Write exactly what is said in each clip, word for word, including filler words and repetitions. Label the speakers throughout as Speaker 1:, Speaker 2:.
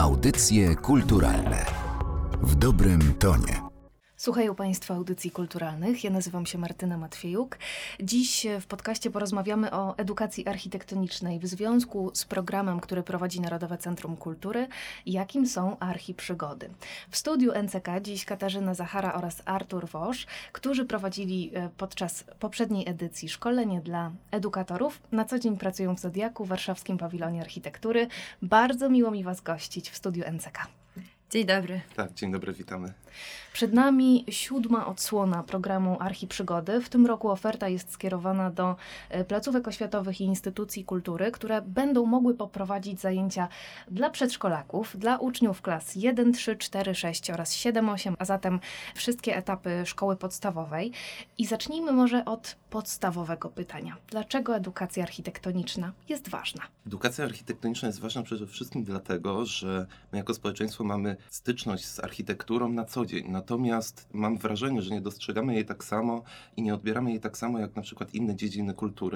Speaker 1: Audycje kulturalne w dobrym tonie.
Speaker 2: Słuchają Państwo audycji kulturalnych. Ja nazywam się Martyna Matwiejuk. Dziś w podcaście porozmawiamy o edukacji architektonicznej w związku z programem, który prowadzi Narodowe Centrum Kultury, jakim są archiprzygody. W studiu N C K dziś Katarzyna Zachara oraz Artur Wosz, którzy prowadzili podczas poprzedniej edycji szkolenie dla edukatorów. Na co dzień pracują w Zodiaku, warszawskim pawilonie architektury. Bardzo miło mi Was gościć w studiu N C K.
Speaker 3: Dzień dobry.
Speaker 4: Tak, dzień dobry, witamy.
Speaker 2: Przed nami siódma odsłona programu Archiprzygody. W tym roku oferta jest skierowana do placówek oświatowych i instytucji kultury, które będą mogły poprowadzić zajęcia dla przedszkolaków, dla uczniów klas jeden, trzy, cztery, sześć oraz siedem, osiem, a zatem wszystkie etapy szkoły podstawowej. I zacznijmy może od podstawowego pytania. Dlaczego edukacja architektoniczna jest ważna?
Speaker 4: Edukacja architektoniczna jest ważna przede wszystkim dlatego, że my jako społeczeństwo mamy styczność z architekturą na co dzień. Natomiast mam wrażenie, że nie dostrzegamy jej tak samo i nie odbieramy jej tak samo jak na przykład inne dziedziny kultury.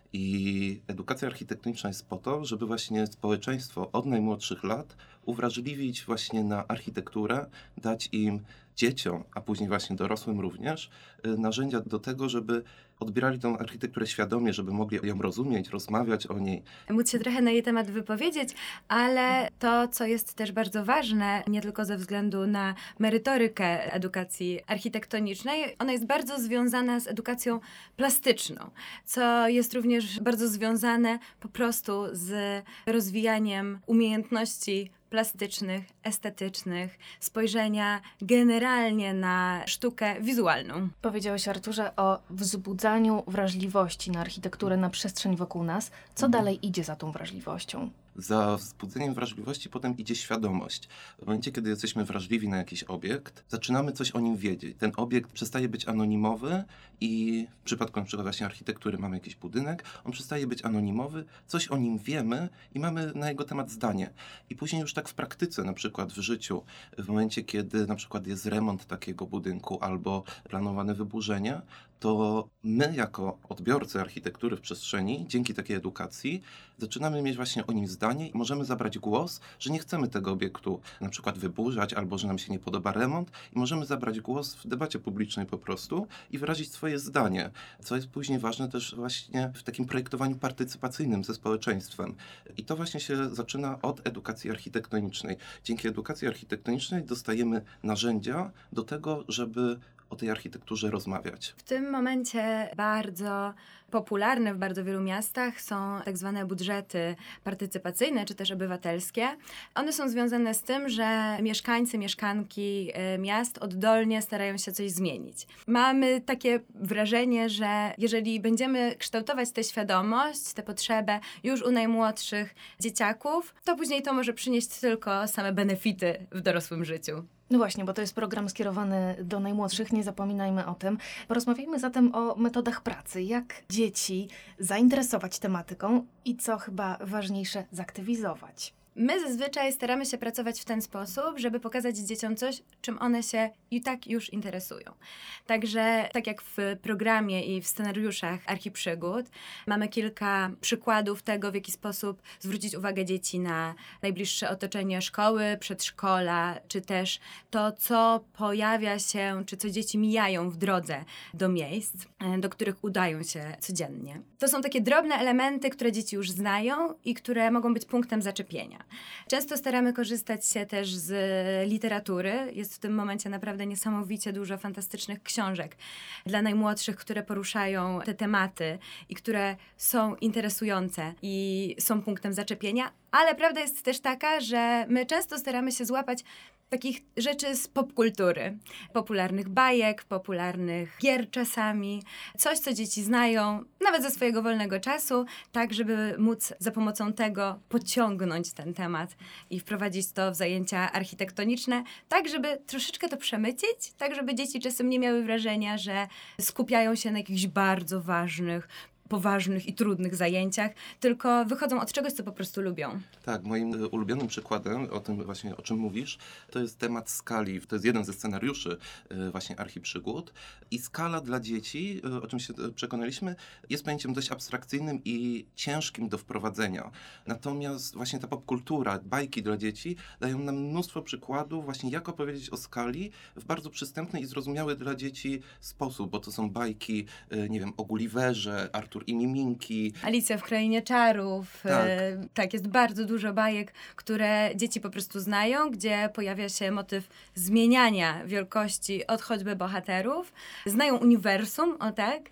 Speaker 4: I edukacja architektoniczna jest po to, żeby właśnie społeczeństwo od najmłodszych lat uwrażliwić właśnie na architekturę, dać im, dzieciom, a później właśnie dorosłym również, narzędzia do tego, żeby odbierali tę architekturę świadomie, żeby mogli ją rozumieć, rozmawiać o niej.
Speaker 3: Móc się trochę na jej temat wypowiedzieć, ale to, co jest też bardzo ważne, nie tylko ze względu na merytorykę edukacji architektonicznej, ona jest bardzo związana z edukacją plastyczną, co jest również bardzo związane po prostu z rozwijaniem umiejętności plastycznych, estetycznych, spojrzenia generalnie na sztukę wizualną.
Speaker 2: Powiedziałeś, Arturze, o wzbudzaniu wrażliwości na architekturę, na przestrzeń wokół nas. Co dalej idzie za tą wrażliwością?
Speaker 4: Za wzbudzeniem wrażliwości potem idzie świadomość. W momencie, kiedy jesteśmy wrażliwi na jakiś obiekt, zaczynamy coś o nim wiedzieć. Ten obiekt przestaje być anonimowy i w przypadku na przykład właśnie architektury mamy jakiś budynek, on przestaje być anonimowy, coś o nim wiemy i mamy na jego temat zdanie. I później już tak w praktyce, na przykład w życiu, w momencie, kiedy na przykład jest remont takiego budynku albo planowane wyburzenie, to my jako odbiorcy architektury w przestrzeni, dzięki takiej edukacji, zaczynamy mieć właśnie o nim zdanie i możemy zabrać głos, że nie chcemy tego obiektu na przykład wyburzać albo że nam się nie podoba remont i możemy zabrać głos w debacie publicznej po prostu i wyrazić swoje zdanie, co jest później ważne też właśnie w takim projektowaniu partycypacyjnym ze społeczeństwem. I to właśnie się zaczyna od edukacji architektonicznej. Dzięki edukacji architektonicznej dostajemy narzędzia do tego, żeby o tej architekturze rozmawiać.
Speaker 3: W tym momencie bardzo popularne w bardzo wielu miastach są tak zwane budżety partycypacyjne, czy też obywatelskie. One są związane z tym, że mieszkańcy, mieszkanki miast oddolnie starają się coś zmienić. Mamy takie wrażenie, że jeżeli będziemy kształtować tę świadomość, tę potrzebę już u najmłodszych dzieciaków, to później to może przynieść tylko same benefity w dorosłym życiu.
Speaker 2: No właśnie, bo to jest program skierowany do najmłodszych, nie zapominajmy o tym. Porozmawiajmy zatem o metodach pracy. Jak dzieci zainteresować tematyką i co chyba ważniejsze, zaktywizować.
Speaker 3: My zazwyczaj staramy się pracować w ten sposób, żeby pokazać dzieciom coś, czym one się i tak już interesują. Także tak jak w programie i w scenariuszach Archiprzygód mamy kilka przykładów tego, w jaki sposób zwrócić uwagę dzieci na najbliższe otoczenie szkoły, przedszkola, czy też to, co pojawia się, czy co dzieci mijają w drodze do miejsc, do których udają się codziennie. To są takie drobne elementy, które dzieci już znają i które mogą być punktem zaczepienia. Często staramy korzystać się też z literatury. Jest w tym momencie naprawdę niesamowicie dużo fantastycznych książek dla najmłodszych, które poruszają te tematy i które są interesujące i są punktem zaczepienia. Ale prawda jest też taka, że my często staramy się złapać takich rzeczy z popkultury, popularnych bajek, popularnych gier czasami, coś, co dzieci znają, nawet ze swojego wolnego czasu, tak, żeby móc za pomocą tego pociągnąć ten temat i wprowadzić to w zajęcia architektoniczne, tak, żeby troszeczkę to przemycić, tak, żeby dzieci czasem nie miały wrażenia, że skupiają się na jakichś bardzo ważnych poważnych i trudnych zajęciach, tylko wychodzą od czegoś, co po prostu lubią.
Speaker 4: Tak, moim y, ulubionym przykładem, o tym właśnie, o czym mówisz, to jest temat skali. To jest jeden ze scenariuszy y, właśnie Archiprzygód. I skala dla dzieci, y, o czym się y, przekonaliśmy, jest pojęciem dość abstrakcyjnym i ciężkim do wprowadzenia. Natomiast właśnie ta popkultura, bajki dla dzieci dają nam mnóstwo przykładów właśnie jak opowiedzieć o skali w bardzo przystępny i zrozumiały dla dzieci sposób, bo to są bajki, y, nie wiem, o Gulliverze, Artur i Miminki.
Speaker 3: Alicja w Krainie Czarów.
Speaker 4: Tak.
Speaker 3: E, tak, jest bardzo dużo bajek, które dzieci po prostu znają, gdzie pojawia się motyw zmieniania wielkości od choćby bohaterów. Znają uniwersum, o tak,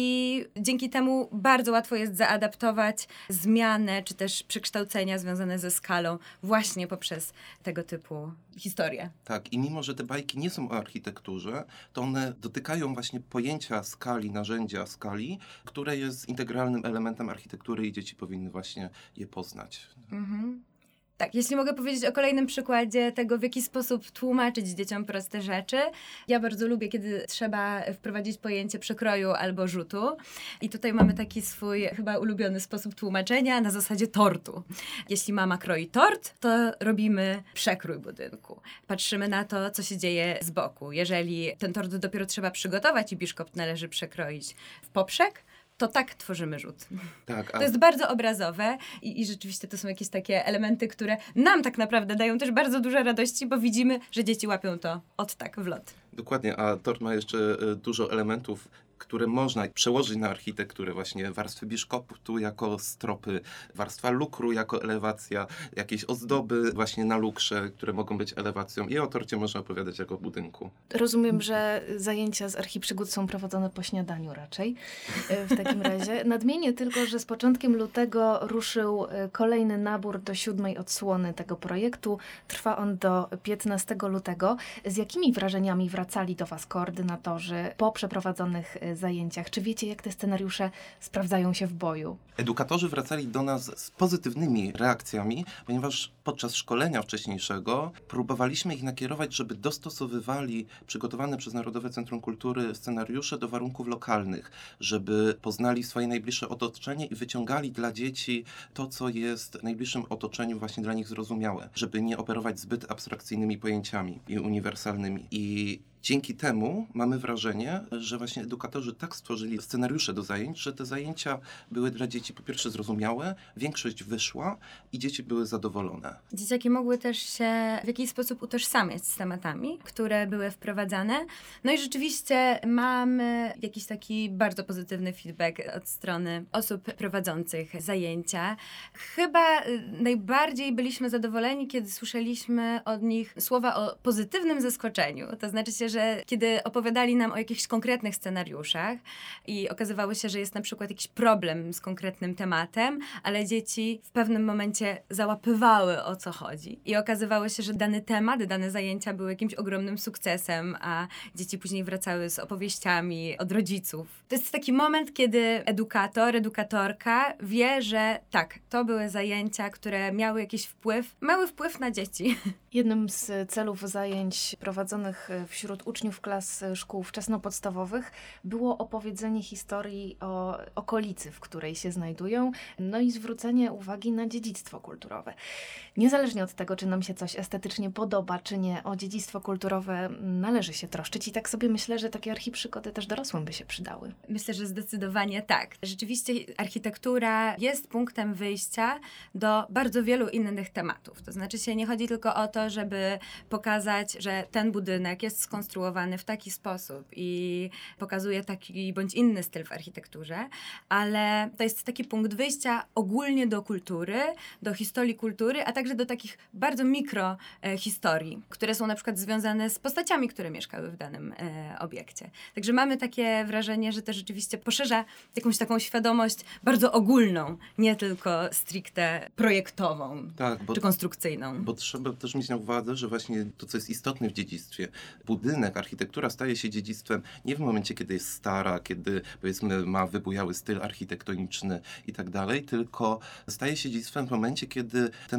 Speaker 3: i dzięki temu bardzo łatwo jest zaadaptować zmianę, czy też przekształcenia związane ze skalą właśnie poprzez tego typu historie.
Speaker 4: Tak, i mimo, że te bajki nie są o architekturze, to one dotykają właśnie pojęcia skali, narzędzia skali, które jest integralnym elementem architektury i dzieci powinny właśnie je poznać.
Speaker 3: Mhm. Tak, jeśli mogę powiedzieć o kolejnym przykładzie tego, w jaki sposób tłumaczyć dzieciom proste rzeczy. Ja bardzo lubię, kiedy trzeba wprowadzić pojęcie przekroju albo rzutu. I tutaj mamy taki swój chyba ulubiony sposób tłumaczenia na zasadzie tortu. Jeśli mama kroi tort, to robimy przekrój budynku. Patrzymy na to, co się dzieje z boku. Jeżeli ten tort dopiero trzeba przygotować i biszkopt należy przekroić w poprzek, to tak tworzymy rzut.
Speaker 4: Tak, a...
Speaker 3: To jest bardzo obrazowe i, i rzeczywiście to są jakieś takie elementy, które nam tak naprawdę dają też bardzo dużo radości, bo widzimy, że dzieci łapią to od tak w lot.
Speaker 4: Dokładnie, a tort ma jeszcze y, dużo elementów, które można przełożyć na architekturę, właśnie warstwy biszkoptu jako stropy, warstwa lukru jako elewacja, jakieś ozdoby właśnie na lukrze, które mogą być elewacją i o torcie można opowiadać jako o budynku.
Speaker 2: Rozumiem, że zajęcia z Archiprzygód są prowadzone po śniadaniu raczej. W takim razie nadmienię tylko, że z początkiem lutego ruszył kolejny nabór do siódmej odsłony tego projektu. Trwa on do piętnastego lutego. Z jakimi wrażeniami wracali do Was koordynatorzy po przeprowadzonych zajęciach? Czy wiecie, jak te scenariusze sprawdzają się w boju?
Speaker 4: Edukatorzy wracali do nas z pozytywnymi reakcjami, ponieważ podczas szkolenia wcześniejszego próbowaliśmy ich nakierować, żeby dostosowywali przygotowane przez Narodowe Centrum Kultury scenariusze do warunków lokalnych, żeby poznali swoje najbliższe otoczenie i wyciągali dla dzieci to, co jest najbliższym otoczeniem właśnie dla nich zrozumiałe, żeby nie operować zbyt abstrakcyjnymi pojęciami i uniwersalnymi. I dzięki temu mamy wrażenie, że właśnie edukatorzy tak stworzyli scenariusze do zajęć, że te zajęcia były dla dzieci po pierwsze zrozumiałe, większość wyszła i dzieci były zadowolone.
Speaker 3: Dzieciaki mogły też się w jakiś sposób utożsamiać z tematami, które były wprowadzane. No i rzeczywiście mamy jakiś taki bardzo pozytywny feedback od strony osób prowadzących zajęcia. Chyba najbardziej byliśmy zadowoleni, kiedy słyszeliśmy od nich słowa o pozytywnym zaskoczeniu. To znaczy się, że kiedy opowiadali nam o jakichś konkretnych scenariuszach i okazywało się, że jest na przykład jakiś problem z konkretnym tematem, ale dzieci w pewnym momencie załapywały, o co chodzi. I okazywało się, że dany temat, dane zajęcia były jakimś ogromnym sukcesem, a dzieci później wracały z opowieściami od rodziców. To jest taki moment, kiedy edukator, edukatorka wie, że tak, to były zajęcia, które miały jakiś wpływ, mały wpływ na dzieci.
Speaker 2: Jednym z celów zajęć prowadzonych wśród uczniów klas szkół wczesnopodstawowych było opowiedzenie historii o okolicy, w której się znajdują, no i zwrócenie uwagi na dziedzictwo kulturowe. Niezależnie od tego, czy nam się coś estetycznie podoba, czy nie, o dziedzictwo kulturowe należy się troszczyć i tak sobie myślę, że takie archiprzygody też dorosłym by się przydały.
Speaker 3: Myślę, że zdecydowanie tak. Rzeczywiście architektura jest punktem wyjścia do bardzo wielu innych tematów. To znaczy się nie chodzi tylko o to, żeby pokazać, że ten budynek jest skonstruowany w taki sposób i pokazuje taki bądź inny styl w architekturze, ale to jest taki punkt wyjścia ogólnie do kultury, do historii kultury, a także do takich bardzo mikro e, historii, które są na przykład związane z postaciami, które mieszkały w danym e, obiekcie. Także mamy takie wrażenie, że to rzeczywiście poszerza jakąś taką świadomość bardzo ogólną, nie tylko stricte projektową
Speaker 4: tak, bo,
Speaker 3: czy konstrukcyjną.
Speaker 4: Bo trzeba też mieć na uwadze, że właśnie to, co jest istotne w dziedzictwie, budynek, architektura staje się dziedzictwem nie w momencie, kiedy jest stara, kiedy powiedzmy ma wybujały styl architektoniczny i tak dalej, tylko staje się dziedzictwem w momencie, kiedy ten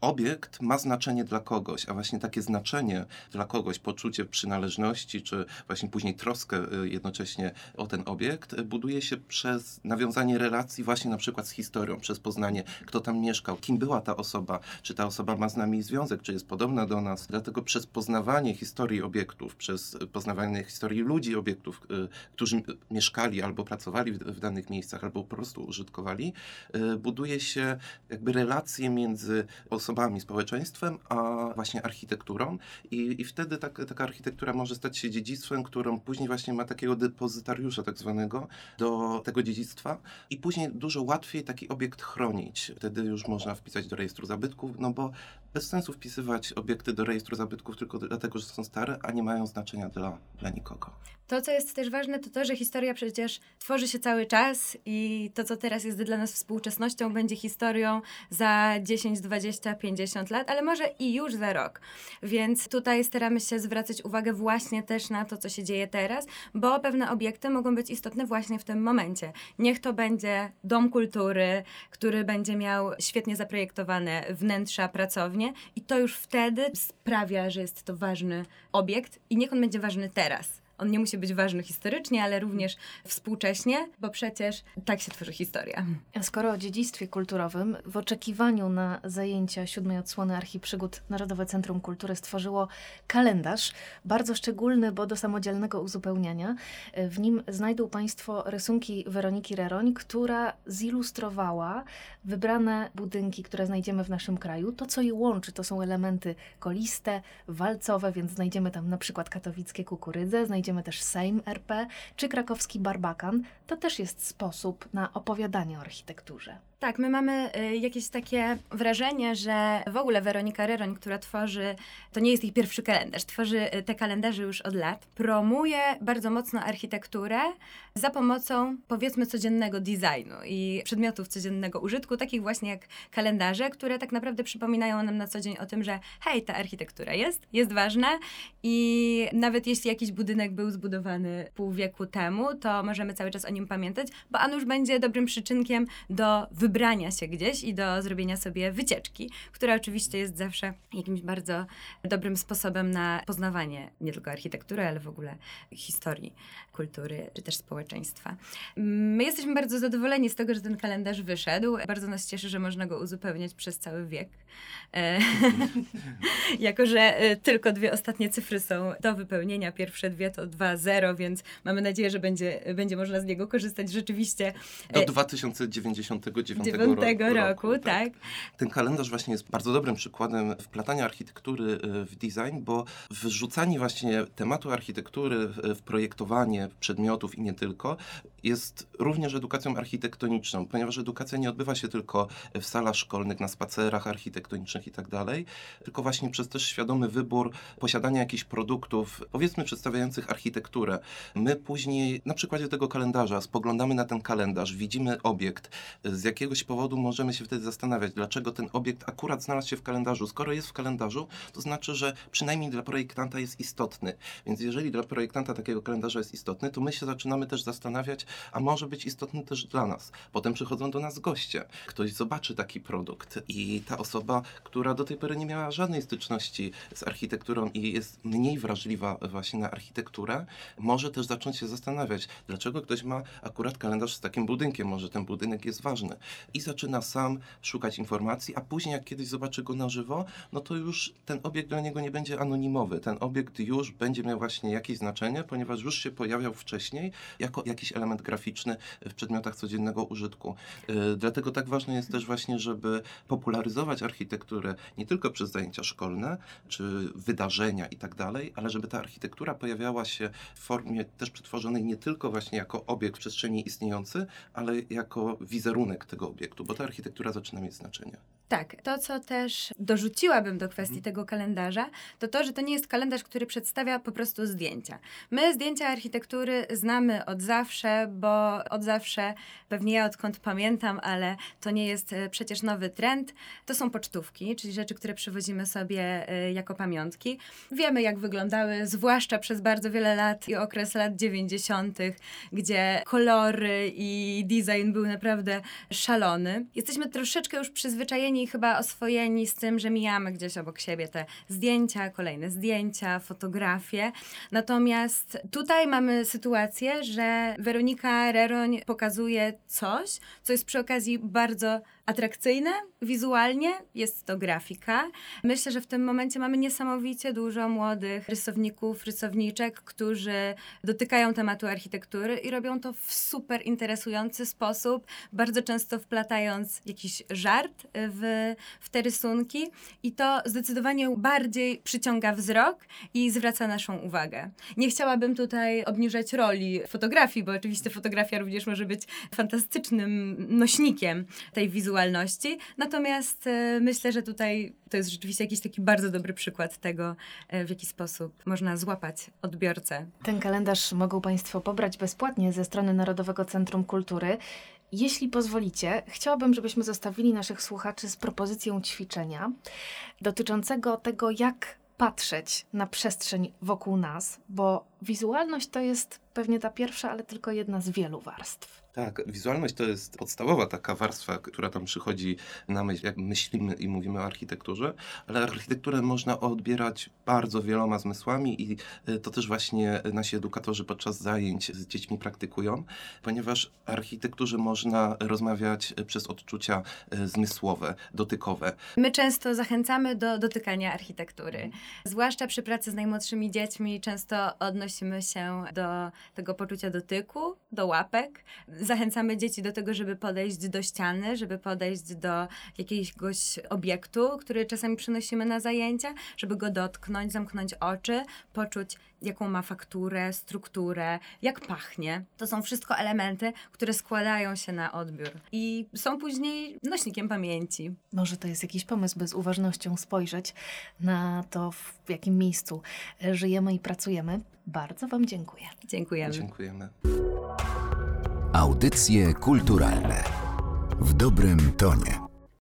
Speaker 4: obiekt ma znaczenie dla kogoś, a właśnie takie znaczenie dla kogoś, poczucie przynależności, czy właśnie później troskę jednocześnie o ten obiekt, buduje się przez nawiązanie relacji właśnie na przykład z historią, przez poznanie, kto tam mieszkał, kim była ta osoba, czy ta osoba ma z nami związek, czy jest podobna do nas. Dlatego przez poznawanie historii obiektów, przez poznawanie historii ludzi obiektów, którzy mieszkali albo pracowali w, w danych miejscach, albo po prostu użytkowali, buduje się jakby relacje między osobami, społeczeństwem, a właśnie architekturą i, i wtedy tak, taka architektura może stać się dziedzictwem, którą później właśnie ma takiego depozytariusza tak zwanego do tego dziedzictwa i później dużo łatwiej taki obiekt chronić. Wtedy już można wpisać do rejestru zabytków, no bo bez sensu wpisywać obiekty do rejestru zabytków tylko dlatego, że są stare, a nie mają znaczenia dla, dla nikogo.
Speaker 3: To, co jest też ważne, to to, że historia przecież tworzy się cały czas i to, co teraz jest dla nas współczesnością, będzie historią za dziesięć, dwadzieścia, pięćdziesiąt lat, ale może i już za rok. Więc tutaj staramy się zwracać uwagę właśnie też na to, co się dzieje teraz, bo pewne obiekty mogą być istotne właśnie w tym momencie. Niech to będzie dom kultury, który będzie miał świetnie zaprojektowane wnętrza, pracownie i to już wtedy sprawia, że jest to ważny obiekt i niech on będzie ważny teraz. On nie musi być ważny historycznie, ale również współcześnie, bo przecież tak się tworzy historia.
Speaker 2: A skoro o dziedzictwie kulturowym, w oczekiwaniu na zajęcia siódmej odsłony Archiprzygód Narodowe Centrum Kultury stworzyło kalendarz, bardzo szczególny, bo do samodzielnego uzupełniania. W nim znajdą Państwo rysunki Weroniki Reroń, która zilustrowała wybrane budynki, które znajdziemy w naszym kraju. To, co je łączy, to są elementy koliste, walcowe, więc znajdziemy tam na przykład katowickie kukurydze, znajdziemy też Sejm R P czy krakowski Barbakan. To też jest sposób na opowiadanie o architekturze.
Speaker 3: Tak, my mamy y, jakieś takie wrażenie, że w ogóle Weronika Reroń, która tworzy, to nie jest jej pierwszy kalendarz, tworzy y, te kalendarze już od lat, promuje bardzo mocno architekturę za pomocą, powiedzmy, codziennego designu i przedmiotów codziennego użytku, takich właśnie jak kalendarze, które tak naprawdę przypominają nam na co dzień o tym, że hej, ta architektura jest, jest ważna i nawet jeśli jakiś budynek był zbudowany pół wieku temu, to możemy cały czas o nim pamiętać, bo on już będzie dobrym przyczynkiem do wybrania się gdzieś i do zrobienia sobie wycieczki, która oczywiście jest zawsze jakimś bardzo dobrym sposobem na poznawanie nie tylko architektury, ale w ogóle historii, kultury, czy też społeczeństwa. My jesteśmy bardzo zadowoleni z tego, że ten kalendarz wyszedł. Bardzo nas cieszy, że można go uzupełniać przez cały wiek. E- jako, że tylko dwie ostatnie cyfry są do wypełnienia, pierwsze dwie to dwa zero, więc mamy nadzieję, że będzie, będzie można z niego korzystać rzeczywiście.
Speaker 4: Do dwa tysiące dziewięćdziesiątego dziewiątego
Speaker 3: roku,
Speaker 4: roku,
Speaker 3: roku tak.
Speaker 4: tak. Ten kalendarz właśnie jest bardzo dobrym przykładem wplatania architektury w design, bo wrzucanie właśnie tematu architektury w projektowanie przedmiotów i nie tylko jest również edukacją architektoniczną, ponieważ edukacja nie odbywa się tylko w salach szkolnych, na spacerach architektonicznych i tak dalej, tylko właśnie przez też świadomy wybór posiadania jakichś produktów, powiedzmy przedstawiających architekturę. My później na przykładzie tego kalendarza spoglądamy na ten kalendarz, widzimy obiekt, z jakiegoś powodu możemy się wtedy zastanawiać, dlaczego ten obiekt akurat znalazł się w kalendarzu. Skoro jest w kalendarzu, to znaczy, że przynajmniej dla projektanta jest istotny. Więc jeżeli dla projektanta takiego kalendarza jest istotny, to my się zaczynamy też zastanawiać, a może być istotny też dla nas. Potem przychodzą do nas goście. Ktoś zobaczy taki produkt i ta osoba, która do tej pory nie miała żadnej styczności z architekturą i jest mniej wrażliwa właśnie na architekturę, może też zacząć się zastanawiać, dlaczego ktoś ma akurat kalendarz z takim budynkiem. Może ten budynek jest ważny. I zaczyna sam szukać informacji, a później jak kiedyś zobaczy go na żywo, no to już ten obiekt dla niego nie będzie anonimowy. Ten obiekt już będzie miał właśnie jakieś znaczenie, ponieważ już się pojawiał wcześniej jako jakiś element graficzny w przedmiotach codziennego użytku. Yy, dlatego tak ważne jest też właśnie, żeby popularyzować architekturę nie tylko przez zajęcia szkolne, czy wydarzenia i tak dalej, ale żeby ta architektura pojawiała się w formie też przetworzonej nie tylko właśnie jako obiekt w przestrzeni istniejący, ale jako wizerunek tego obiektu, bo ta architektura zaczyna mieć znaczenie.
Speaker 3: Tak, to co też dorzuciłabym do kwestii hmm. tego kalendarza, to to, że to nie jest kalendarz, który przedstawia po prostu zdjęcia. My zdjęcia architektury znamy od zawsze, bo od zawsze, pewnie ja odkąd pamiętam, ale to nie jest przecież nowy trend. To są pocztówki, czyli rzeczy, które przywozimy sobie jako pamiątki. Wiemy, jak wyglądały, zwłaszcza przez bardzo wiele lat i okres lat dziewięćdziesiątych, gdzie kolory i design był naprawdę szalony. Jesteśmy troszeczkę już przyzwyczajeni przyzwyczajeni, chyba oswojeni z tym, że mijamy gdzieś obok siebie te zdjęcia, kolejne zdjęcia, fotografie. Natomiast tutaj mamy sytuację, że Weronika Reroń pokazuje coś, co jest przy okazji bardzo atrakcyjne wizualnie. Jest to grafika. Myślę, że w tym momencie mamy niesamowicie dużo młodych rysowników, rysowniczek, którzy dotykają tematu architektury i robią to w super interesujący sposób, bardzo często wplatając jakiś żart w, w te rysunki i to zdecydowanie bardziej przyciąga wzrok i zwraca naszą uwagę. Nie chciałabym tutaj obniżać roli fotografii, bo oczywiście fotografia również może być fantastycznym nośnikiem tej wizualności, natomiast e, myślę, że tutaj to jest rzeczywiście jakiś taki bardzo dobry przykład tego, e, w jaki sposób można złapać odbiorcę.
Speaker 2: Ten kalendarz mogą Państwo pobrać bezpłatnie ze strony Narodowego Centrum Kultury. Jeśli pozwolicie, chciałabym, żebyśmy zostawili naszych słuchaczy z propozycją ćwiczenia dotyczącego tego, jak patrzeć na przestrzeń wokół nas, bo wizualność to jest pewnie ta pierwsza, ale tylko jedna z wielu warstw.
Speaker 4: Tak, wizualność to jest podstawowa taka warstwa, która tam przychodzi na myśl, jak myślimy i mówimy o architekturze, ale architekturę można odbierać bardzo wieloma zmysłami i to też właśnie nasi edukatorzy podczas zajęć z dziećmi praktykują, ponieważ o architekturze można rozmawiać przez odczucia zmysłowe, dotykowe.
Speaker 3: My często zachęcamy do dotykania architektury. Zwłaszcza przy pracy z najmłodszymi dziećmi często odnosimy się do tego poczucia dotyku, do łapek. Zachęcamy dzieci do tego, żeby podejść do ściany, żeby podejść do jakiegoś obiektu, który czasami przynosimy na zajęcia, żeby go dotknąć, zamknąć oczy, poczuć, jaką ma fakturę, strukturę, jak pachnie. To są wszystko elementy, które składają się na odbiór i są później nośnikiem pamięci.
Speaker 2: Może to jest jakiś pomysł, by z uważnością spojrzeć na to, w jakim miejscu żyjemy i pracujemy. Bardzo Wam dziękuję.
Speaker 3: Dziękujemy.
Speaker 4: Dziękujemy.
Speaker 1: Audycje kulturalne w dobrym tonie.